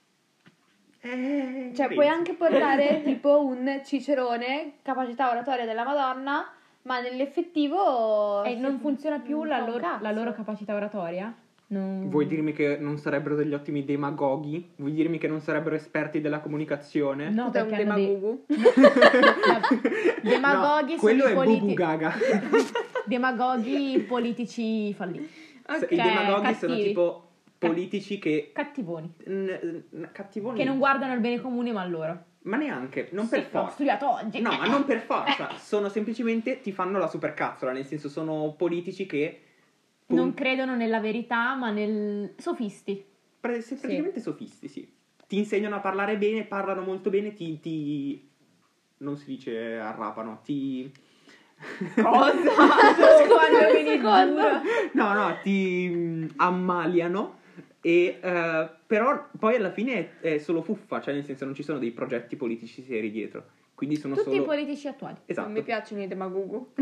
Eh, Cioè, puoi anche portare tipo un cicerone, capacità oratoria della Madonna, ma nell'effettivo E non se- funziona più non la fa un loro, cazzo. la loro capacità oratoria? Non... Vuoi dirmi che non sarebbero degli ottimi demagoghi? Vuoi dirmi che non sarebbero esperti della comunicazione? No, Cos'è un perché hanno dei... demagogo? Demagoghi No, sono quello i è politi- Bubu Gaga. Demagoghi politici falliti. I Cioè, demagoghi sono cattivi. tipo politici che... Cattivoni. n- n- cattivoni. Che non guardano il bene comune ma al loro. Ma neanche, non Sì, per l'ho forza. studiato oggi. No, ma non per forza. Sono semplicemente, ti fanno la supercazzola, nel senso sono politici che... Non credono nella verità, ma nel... sofisti. Pre- se- praticamente sofisti, sì. Ti insegnano a parlare bene, parlano molto bene, ti... ti... non si dice arrapano, ti... Cosa? Quando vieni Secondo. duro. No, no, ti mm, ammaliano e eh, però poi alla fine è, è solo fuffa, cioè nel senso non ci sono dei progetti politici seri dietro. Quindi sono Tutti solo... i politici attuali. Esatto. Non mi piacciono i demagogo.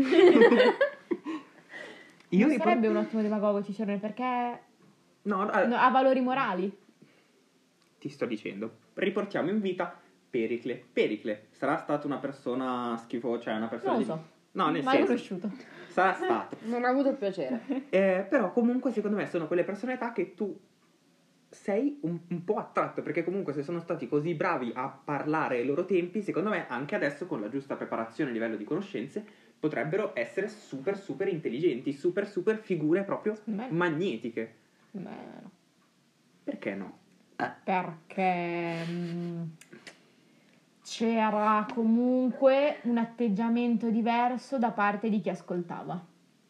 Io non ripor- sarebbe un ottimo demagogo Cicerone perché No, eh, no, ha valori morali. ti sto dicendo. Riportiamo in vita Pericle. Pericle sarà stata una persona schifo, cioè una persona Non lo di- so. No, nel Mai senso, conosciuto. sarà stato. Non ho avuto il piacere. Eh, però comunque secondo me sono quelle personalità che tu sei un, un po' attratto, perché comunque se sono stati così bravi a parlare ai loro tempi, secondo me anche adesso con la giusta preparazione a livello di conoscenze potrebbero essere super super intelligenti, super super figure proprio Secondo me- magnetiche. Beh, no. Perché no? Perché mm, c'era comunque un atteggiamento diverso da parte di chi ascoltava.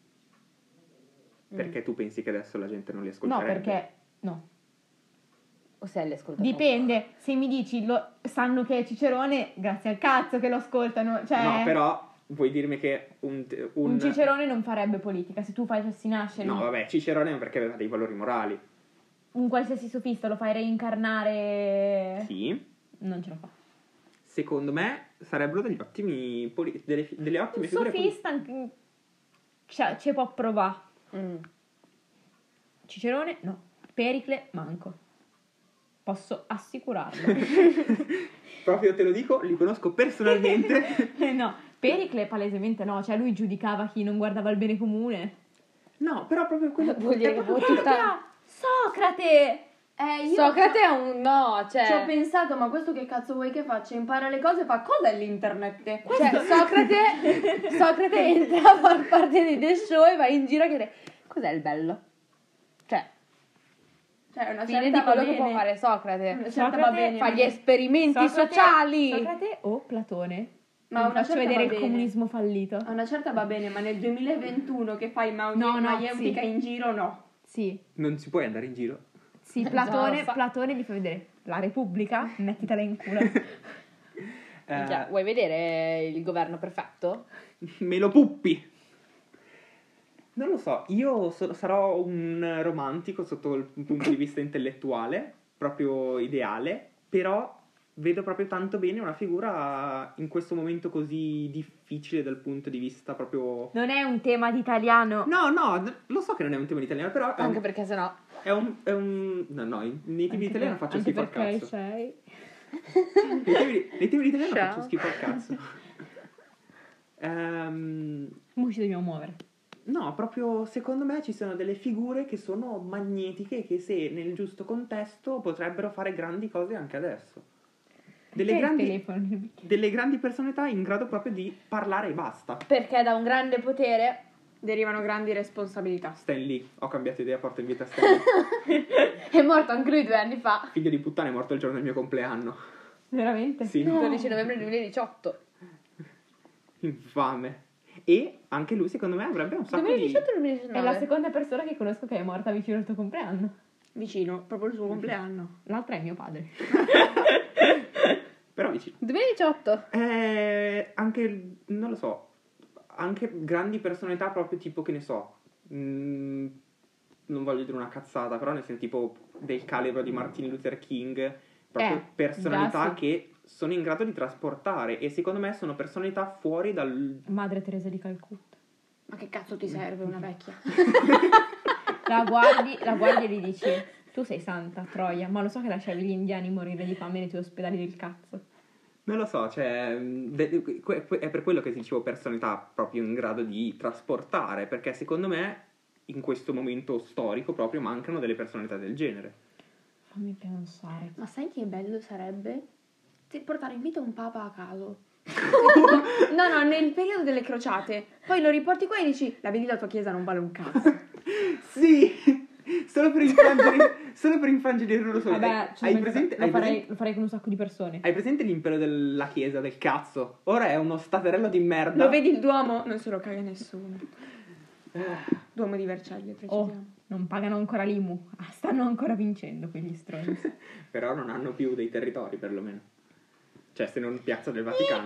Perché tu pensi che adesso la gente non li No, ascolterebbe? perché no. O se li ascoltato. Dipende, se mi dici lo, sanno che è Cicerone, grazie al cazzo che lo ascoltano. Cioè, No, però vuoi dirmi che un, un... un Cicerone non farebbe politica. Se tu facessi nascere No, vabbè, Cicerone perché aveva dei valori morali. un qualsiasi sofista, lo fai reincarnare, Sì. non ce la fa. Secondo me sarebbero degli ottimi poli- delle, delle ottime Un figure sofista anche- cioè, ci può provare. Mm. Cicerone no, Pericle manco. Posso assicurarlo. poli- Proprio te lo dico, li conosco personalmente. Eh, no, Pericle palesemente no, cioè lui giudicava chi non guardava il bene comune. No, però proprio quello Vuol dire è che proprio- può tutta... Ah, Socrate! Eh, io Socrate è un... no, ci ho cioè... pensato, ma questo che cazzo vuoi che faccia? Impara le cose, fa cosa è l'internet? Cioè, Socrate, Socrate entra a far parte di The Show e va in giro a chiedere cos'è il bello? Cioè, Cioè, una fine certa di quello va che può bene. fare Socrate. Una certa Socrate va bene. Fa ma- gli esperimenti Socrate- sociali. Socrate o Platone? Ma Vi una faccio certa vedere va il bene. comunismo fallito. A una certa va bene, ma nel duemilaventuno che fai ma- No, no, maieutica sì. in giro, no. Sì, Non si può andare in giro. sì, No, Platone, fa- Platone gli fa vedere la Repubblica, mettitela in culo. Minchia, Eh, vuoi vedere il governo perfetto? me lo puppi. Non lo so, io so- sarò un romantico sotto il punto di vista intellettuale, proprio ideale, però vedo proprio tanto bene una figura in questo momento così difficile dal punto di vista proprio... Non è un tema di italiano. No, no, n- lo so che non è un tema in italiano, però è Anche un... perché sennò... È un, è un... No, no, in- nei temi di italiano faccio anche schifo al perché cazzo. sei... Nei temi, nei temi di italiano Ciao. faccio schifo al cazzo. Ehm... Mo ci dobbiamo muovere. No, proprio secondo me ci sono delle figure che sono magnetiche che se nel giusto contesto potrebbero fare grandi cose anche adesso. Delle Perché il grandi, telefono? delle grandi personalità in grado proprio di parlare e basta. Perché da un grande potere... Derivano grandi responsabilità. Stan Lee, ho cambiato idea, porto in vita Stan Lee. È morto anche lui due anni fa. Figlio di puttana, è morto il giorno del mio compleanno. Veramente? Sì, dodici novembre duemiladiciotto. infame. E anche lui secondo me avrebbe un sacco duemiladiciotto o È duemiladiciannove? la seconda persona che conosco che è morta vicino al tuo compleanno. Vicino, proprio il suo compleanno. L'altra è mio padre. di... Però vicino. duemiladiciotto. Eh, anche, non lo so, anche grandi personalità proprio tipo, che ne so, mh, non voglio dire una cazzata, però nel senso tipo del calibro di Martin Luther King, proprio Eh, personalità già sì. che sono in grado di trasportare e secondo me sono personalità fuori dal... Madre Teresa di Calcutta. Ma che cazzo ti serve una vecchia? La guardi, la guardi e gli dici: tu sei santa, Troia, ma lo so che lasciavi gli indiani morire di fame nei tuoi ospedali del cazzo. Non lo so, cioè, mh, de- que- que- è per quello che ti dicevo personalità proprio in grado di trasportare, perché secondo me in questo momento storico proprio mancano delle personalità del genere. Fammi pensare. Ma sai che bello sarebbe? Ti- portare in vita un papa a caso. No, no, nel periodo delle crociate. Poi lo riporti qua e dici, la vedi la tua chiesa non vale un cazzo. Sì, solo per infrangere, solo per infrangere il loro solo. Vabbè, hai, ci hai sono- presente, lo, hai, farei, presente, lo farei con un sacco di persone. hai presente l'impero della chiesa, del cazzo? Ora è uno staterello di merda. Lo vedi il Duomo? Non se lo caga nessuno. Duomo di Vercelli, precisiamo. Oh, non pagano ancora l'I M U. Ah, stanno ancora vincendo quegli stronzi. Però non hanno più dei territori, perlomeno. Cioè, se non Piazza del Vaticano.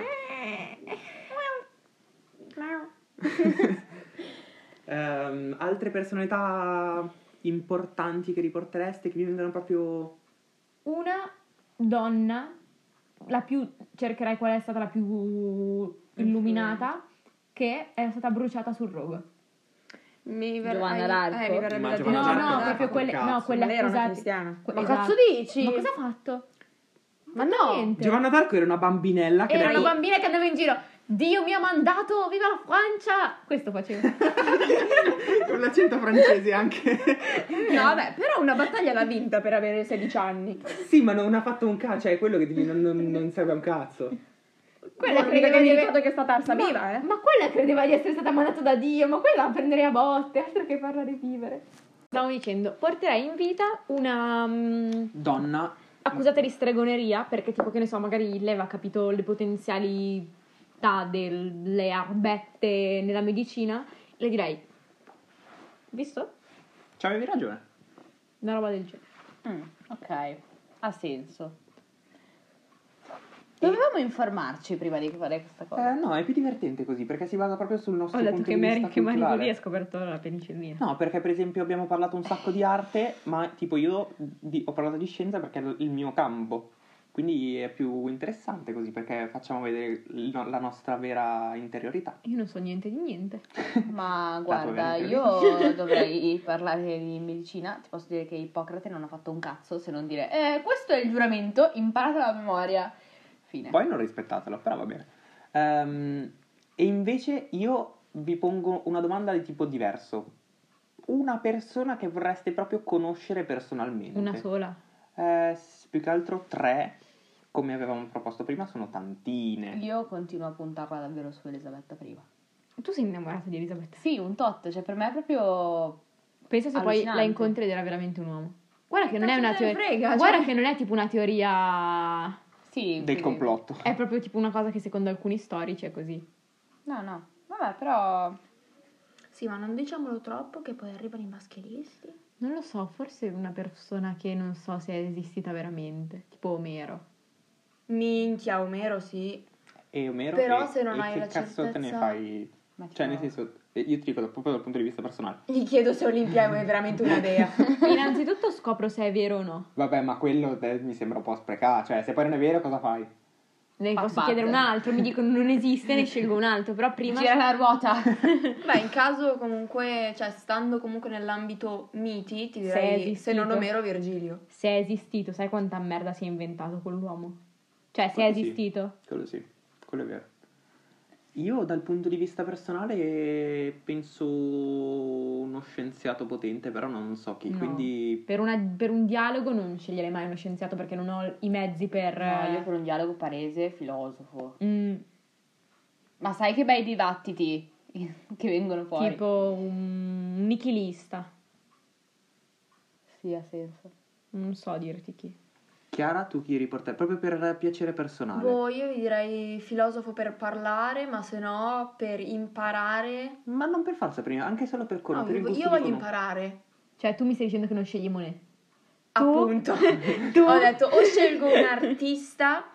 Ehm, altre personalità importanti che riportereste, che vi vengono proprio... Una donna, la più, cercherai qual è stata la più illuminata, che è stata bruciata sul rogo. Mi ver- Giovanna hai- d'Arco. Eh, mi verrebbe Ma da Giovanna No, dire- d'Arco no, cosa ha proprio fatto quelle, un no, cazzo? quelle Ma lei era una accusate. cristiana. Que- Ma esatto. cazzo dici? Ma cosa ha fatto? Ma no! Niente. Giovanna d'Arco era una bambinella che Era aveva- una bambina che andava in giro. Dio mi ha mandato, viva la Francia! Questo faceva. con l'accento francese anche. No, vabbè, però una battaglia l'ha vinta per avere sedici anni. Sì, ma non ha fatto un cazzo, cioè è quello che ti- non, non, non serve a un cazzo. Quella L'unica credeva che mi di ricordo che è stata arsa ma, viva, eh. ma quella credeva di essere stata mandata da Dio, ma quella a prendere a botte, altro che farla rivivere. Stavo dicendo, porterei in vita una mm, Donna. accusata di stregoneria, perché tipo, che ne so, magari lei aveva capito le potenzialità delle arbette nella medicina, le direi, visto? Ci avevi ragione. Una roba del genere. Mm, ok, ha senso. Dovevamo informarci prima di fare questa cosa. Eh, no, è più divertente così, perché si basa proprio sul nostro Ho detto punto che di Mary, vista che Marie culturale. Curie ha scoperto la penicillina. No, perché per esempio abbiamo parlato un sacco di arte, ma tipo io di- ho parlato di scienza perché è l- il mio campo. Quindi è più interessante così, perché facciamo vedere il no- la nostra vera interiorità. Io non so niente di niente. Ma tua guarda, vera io dovrei parlare di medicina. Ti posso dire che Ippocrate non ha fatto un cazzo se non dire eh, questo è il giuramento, imparate la memoria. Fine. Poi non rispettatelo, però va bene. Ehm, e invece io vi pongo una domanda di tipo diverso. Una persona che vorreste proprio conoscere personalmente. Una sola. Eh, s- più che altro tre, come avevamo proposto prima, sono tantine. Io continuo a puntarla davvero su Elisabetta prima. Tu sei innamorata di Elisabetta? Sì, un tot, cioè per me è proprio... Pensa se poi Allucinante. la incontri ed era veramente un uomo. Guarda che non è cazzo una te ne teoria. frega, Guarda cioè. che non è tipo una teoria. Sì, Del quindi- complotto. È proprio tipo una cosa che secondo alcuni storici è così. No, no, vabbè, però... Sì, ma non diciamolo troppo che poi arrivano i maschilisti. Non lo so, forse una persona che non so se è esistita veramente. Tipo Omero. Minchia, Omero, sì. E Omero, Però e- se non e hai che la cazzo te ne certezza- fai? Ma Cioè, tipo- nel senso, eh, io ti dico da- proprio dal punto di vista personale. Gli chiedo se Olimpia è veramente una dea. Innanzitutto scopro se è vero o no. Vabbè, ma quello eh, mi sembra un po' sprecato. Cioè, se poi non è vero, cosa fai? Ne Fa posso sbattere. chiedere un altro, mi dicono non esiste, ne scelgo un altro. Però prima. Gira la ruota. Beh, in caso comunque, cioè stando comunque nell'ambito miti, ti Se è direi se esistito. non Omero, Virgilio. Se è esistito, sai quanta merda si è inventato quell'uomo? Cioè, se è Quello sì. esistito. Quello sì, quello è vero. Io dal punto di vista personale penso uno scienziato potente, però non so chi, No. quindi Per, una- per un dialogo non sceglierei mai uno scienziato perché non ho i mezzi per. No, io per un dialogo palese, filosofo. Mm, Ma sai che bei dibattiti che vengono fuori? tipo un nichilista. Sì, ha senso. Non so dirti chi. Chiara, tu chi riportai? Proprio per piacere personale. Boh, io vi direi filosofo per parlare, ma se no per imparare. Ma non per forza prima, anche solo per No, conoscere. io, il gusto io di voglio conoscere. imparare. Cioè, tu mi stai dicendo che non scegli Monet? Tu? Appunto. Tu? Ho detto o scelgo un artista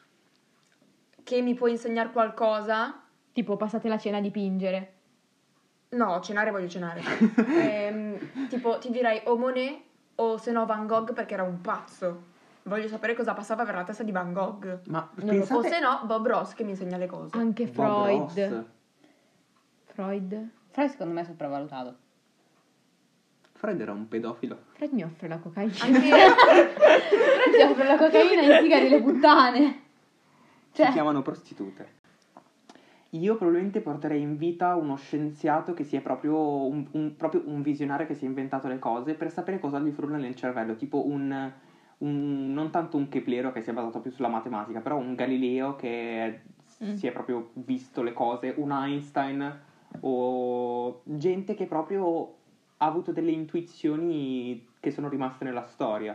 che mi può insegnare qualcosa. Tipo, passate la cena a dipingere. No, cenare voglio cenare. Ehm, tipo, ti direi o Monet o se no Van Gogh perché era un pazzo. Voglio sapere cosa passava per la testa di Van Gogh. Ma Non lo- O pensate se no Bob Ross che mi insegna le cose. Anche Bob Freud. Ross. Freud. Freud secondo me è sopravvalutato. Freud era un pedofilo. Freud mi offre la cocaina. Anche Freud ti offre la cocaina e i sigari le puttane. Si Cioè, chiamano prostitute. Io probabilmente porterei in vita uno scienziato che sia proprio un, un- proprio un visionario che si è inventato le cose per sapere cosa gli frulla nel cervello, tipo un, un- non tanto un Keplero che si è basato più sulla matematica, però un Galileo che Mm. si è proprio visto le cose, un Einstein o gente che proprio ha avuto delle intuizioni che sono rimaste nella storia.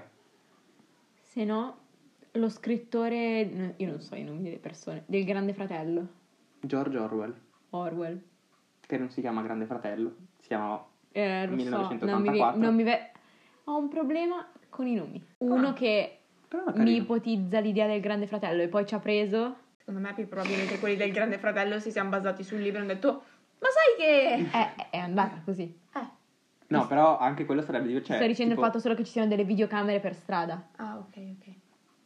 Se no, lo scrittore, io non so i nomi delle persone, del Grande Fratello, George Orwell, Orwell. che non si chiama Grande Fratello, si chiama Eh, lo so, non mi, millenovecentottantaquattro. non mi ve- ho un problema con i nomi. Uno Ah. che Però è mi carino. ipotizza l'idea del Grande Fratello e poi ci ha preso. Secondo me più probabilmente quelli del Grande Fratello si siamo basati sul libro e hanno detto ma sai che... È, è andata così. Eh, No, però anche quello sarebbe divertente. Sto dicendo tipo, il fatto solo che ci siano delle videocamere per strada. ah ok ok.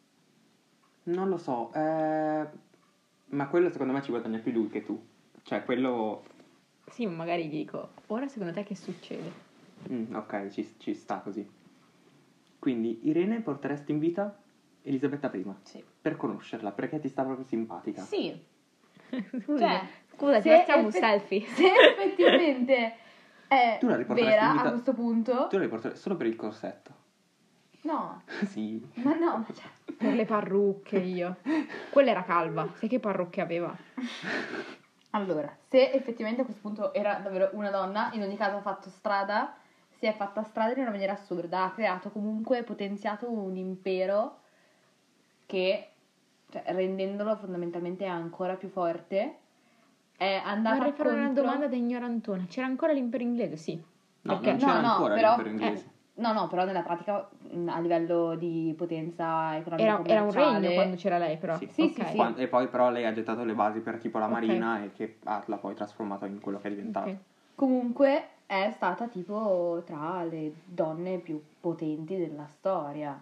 Non lo so, eh, ma quello secondo me ci guadagna più lui che tu. Cioè, quello... Sì, ma magari gli dico, ora secondo te che succede? mm, ok, ci, ci sta così. Quindi, Irene porteresti in vita Elisabetta prima? Sì. Per conoscerla, perché ti sta proprio simpatica. Sì. Scusa, Cioè, scusa, ti se facciamo un effe- selfie. Se effettivamente è Tu la riporteresti vera in vita- a questo punto, Tu la riporteresti solo per il corsetto. no, Sì. ma no, cioè, Per le parrucche io. Quella era calva, sai che parrucche aveva? allora, se effettivamente a questo punto era davvero una donna, in ogni caso ha fatto strada, si è fatta strada in una maniera assurda, ha creato comunque, potenziato un impero che, cioè, rendendolo fondamentalmente ancora più forte, è andata Vorrei fare una contro... domanda da ignorantona. C'era ancora l'impero inglese? Sì. No, Perché? non c'era no, no, ancora però, l'impero inglese. eh, no, no, però nella pratica mh, a livello di potenza economica Era, era un commerciale regno quando c'era lei, però. Sì. Sì, Ok. sì, sì. Quan- E poi però lei ha gettato le basi per tipo la Ok. marina e che ha- l'ha poi trasformato in quello che è diventato. Ok. Comunque è stata tipo tra le donne più potenti della storia.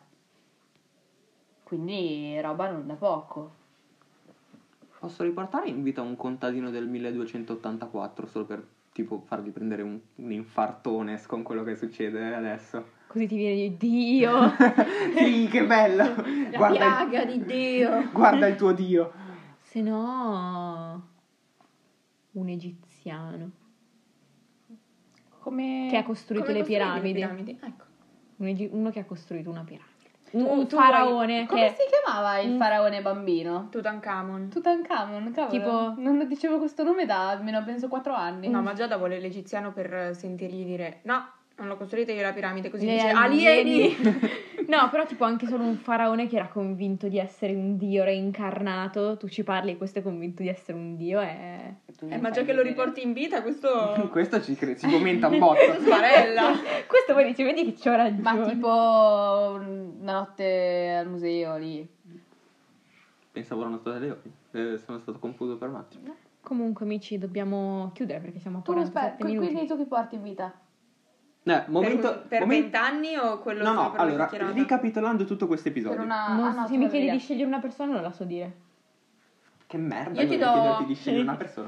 Quindi roba non da poco. Posso riportare in vita un contadino del milleduecentottantaquattro solo per tipo fargli prendere un, un infartone con quello che succede adesso? Così ti viene di Dio. Sì, che bello! La Guarda piaga il, di Dio. guarda il tuo Dio! Se no, un egiziano Come... che ha costruito Come le costruivi piramidi. le piramidi? Ecco. Un egi- uno che ha costruito una piramide. Un, Tu- un tu faraone Come che si chiamava il Mm. faraone bambino? Tutankhamon. Tutankhamon, cavolo. Tipo- Non dicevo questo nome da almeno penso quattro anni. No, ma Giada vuole l'egiziano per sentirgli dire no, non l'ho costruita io la piramide, così Gli dice alieni. alieni. No, però tipo anche solo un faraone che era convinto di essere un dio reincarnato, tu ci parli e questo è convinto di essere un dio è... Eh, ma già che lo riporti in vita, questo Questo ci cre- si commenta un botto. sbarella. Questo poi dice, vedi che c'ho ragione. Ma tipo una notte al museo lì. Pensavo erano state le ore. Eh, sono stato confuso per un attimo. Comunque amici, dobbiamo chiudere perché siamo a Tu quarantasette aspetta, minuti. quindi tu chi porti in vita? Eh, momento, per per momen- vent'anni o quello No, solo no, per una allora, chiacchierata? ricapitolando tutto questo Per episodio. una... Non- ah, no, se tu mi non chiedi devi di scegliere una persona non la so dire. Che merda, Io ti dovevo do- chiederti di scegliere una persona.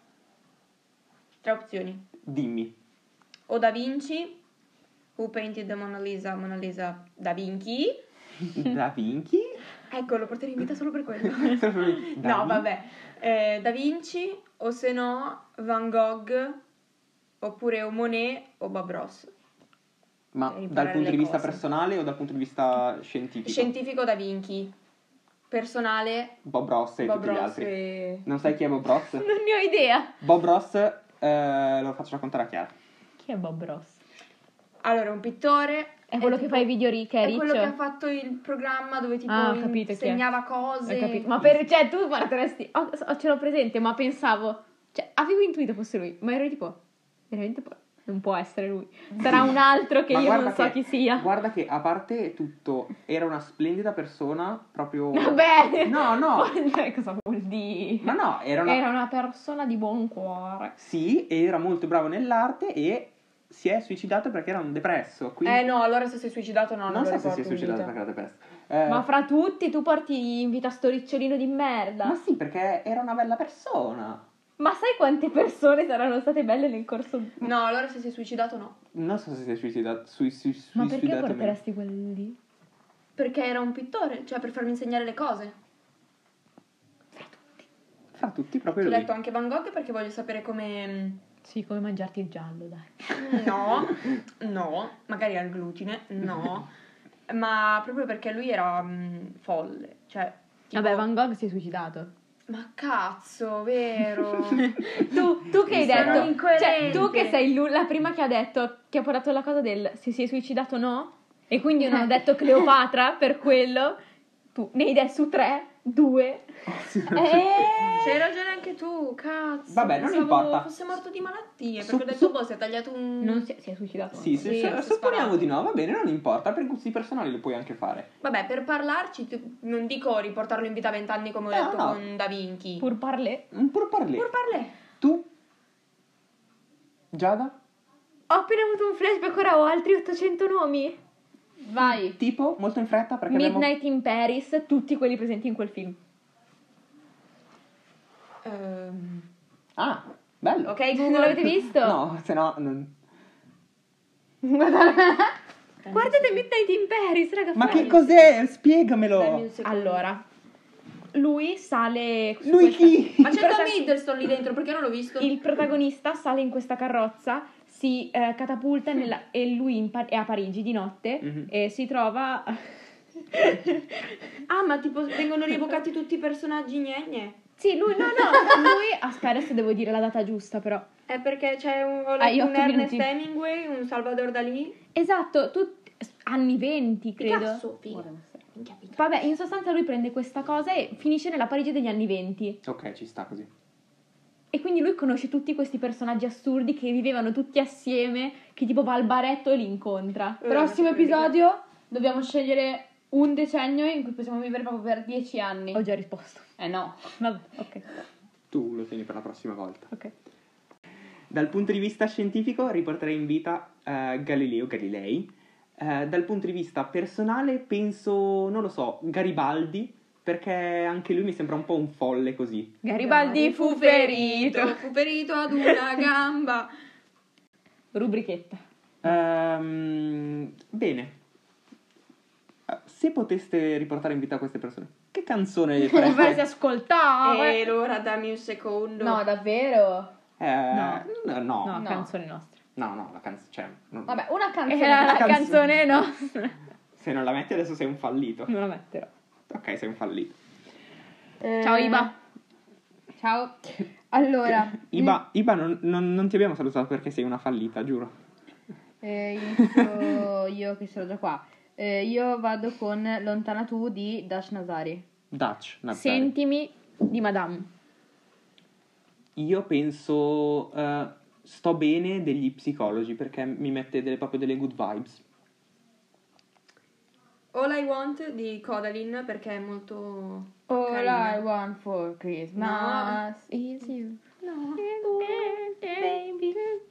Tre opzioni. Dimmi. O Da Vinci, Who Painted the Mona Lisa, Mona Lisa Da Vinci. Da Vinci? Ecco, lo porterei in vita solo per quello. Da No, Vinci? vabbè. Eh, Da Vinci o se no Van Gogh oppure o Monet o Bob Ross. Ma Per imparare dal punto le di vista cose. personale o dal punto di vista scientifico? Scientifico Da Vinci. Personale Bob Ross e Bob tutti gli Ross altri. e... Non sai chi è Bob Ross? Non ne ho idea. Bob Ross, eh, lo faccio raccontare a Chiara. Chi è Bob Ross? Allora, un pittore... È quello tipo- che fa i video ri- che è È quello che ha riccio? fatto il programma dove tipo Ah, ho capito chi è. insegnava cose. Ho capito. Ma per, cioè, tu partiresti. Oh, so- ce l'ho presente, ma pensavo. Cioè, avevo intuito fosse lui, ma ero tipo. Veramente po- non può essere lui. Sarà un altro che Ma io guarda non so che- chi sia. Guarda che a parte tutto, era una splendida persona, proprio... Vabbè! No, no. Cioè, cosa vuol dire? Ma no, era una... Era una persona di buon cuore. Sì, era molto bravo nell'arte e si è suicidato perché era un depresso. Quindi... Eh no, allora se si è suicidato no, non, non lo so se si riporto è in suicidato vita. perché era depresso. Eh, Ma fra tutti tu porti in vita sto ricciolino di merda. ma sì, perché era una bella persona. Ma sai quante persone saranno state belle nel corso? No, allora se si è suicidato no. Non so se si è suicidato. Sui, sui, Ma perché suicidato o meno. porteresti quelli lì? Perché era un pittore, cioè per farmi insegnare le cose. Fra tutti proprio Ti ho lui. detto anche Van Gogh perché voglio sapere come... Sì, come mangiarti il giallo, dai. No, no, magari al glutine, no. Ma proprio perché lui era mm, folle. Cioè, tipo... Vabbè, Van Gogh si è suicidato. Ma cazzo, vero? Tu, tu che hai Sono detto, incoerente. cioè tu che sei l'u- la prima che ha detto, che ha portato la cosa del se si è suicidato o no, e quindi io non ho detto Cleopatra per quello, tu ne hai detto su tre, due. Eh, C'hai ragione anche tu, cazzo. Vabbè, non Pensavo importa. fosse morto di malattie. Su- Perché ho detto, su- boh, si è tagliato un... non si è, si è suicidato. Sì, se, Sì, se- si è supponiamo sparato. di no, va bene, non importa, per gusti personali lo puoi anche fare. Vabbè, per parlarci, tu- non dico riportarlo in vita a vent'anni come ho No, detto no. con Da Vinci. Pur parlé. Un pur parlé. Pur parlè. Tu? Giada? Ho appena avuto un flashback, ora ho altri ottocento nomi. Vai. Tipo, molto in fretta perché abbiamo... Midnight in Paris, tutti quelli presenti in quel film. Ehm, Ah, bello. ok, Non Google. l'avete visto? No, se no... Non... Guardate Midnight in Paris, raga. Ma fai- che cos'è? Dammi Spiegamelo. un secondo. Allora, lui sale... su Lui questa- chi? Ma il c'è prota- Tom Hiddleston lì dentro, perché non l'ho visto? Il protagonista sale in questa carrozza, si eh, catapulta nella- e lui in Pa- è a Parigi di notte Mhm. e si trova... Ah, ma tipo vengono rievocati tutti i personaggi gnegne? Sì, lui, no, no, lui... Aspetta, adesso devo dire la data giusta però. È perché c'è un, ho Hai letto un otto Ernest minuti. Hemingway, un Salvador Dalì. Esatto, tutti anni venti credo. Picasso, figa. Minchia, Picasso. Vabbè, in sostanza lui prende questa cosa e finisce nella Parigi degli anni venti. Ok, ci sta così. E quindi lui conosce tutti questi personaggi assurdi che vivevano tutti assieme, che tipo va al baretto e li incontra. Eh, Prossimo ma che episodio dobbiamo scegliere un decennio in cui possiamo vivere proprio per dieci anni. Ho già risposto. Eh no. Vabbè, ok. Tu lo tieni per la prossima volta. Ok. Dal punto di vista scientifico riporterei in vita eh, Galileo Galilei. Eh, dal punto di vista personale penso, non lo so, Garibaldi, perché anche lui mi sembra un po' un folle così. Garibaldi fu ferito. Fu ferito ad una gamba. Rubrichetta. Ehm, bene. Eh, Se poteste riportare in vita queste persone, che canzone Farsi fareste? ascoltare. E allora dammi un secondo. No, davvero? Eh, No. no, no, No, no. canzone nostra. no, no, la canzone, cioè, non- Vabbè, una canzone. Era la canzone. canzone nostra. se non la metti adesso sei un fallito. Non la metterò. Ok, sei un fallito. Eh, Ciao Iba. Ciao. Allora, Iba, Iba non, non- non ti abbiamo salutato perché sei una fallita, giuro. eh, inizio io che sono già qua. Eh, io vado con Lontana tu di Dash Nazari. Dutch, Nazzari. Sentimi di Madame. Io penso eh, sto bene degli psicologi perché mi mette delle, proprio delle good vibes. All I Want di Codaline perché è molto All carina. I want for Christmas. Is you. No. Baby.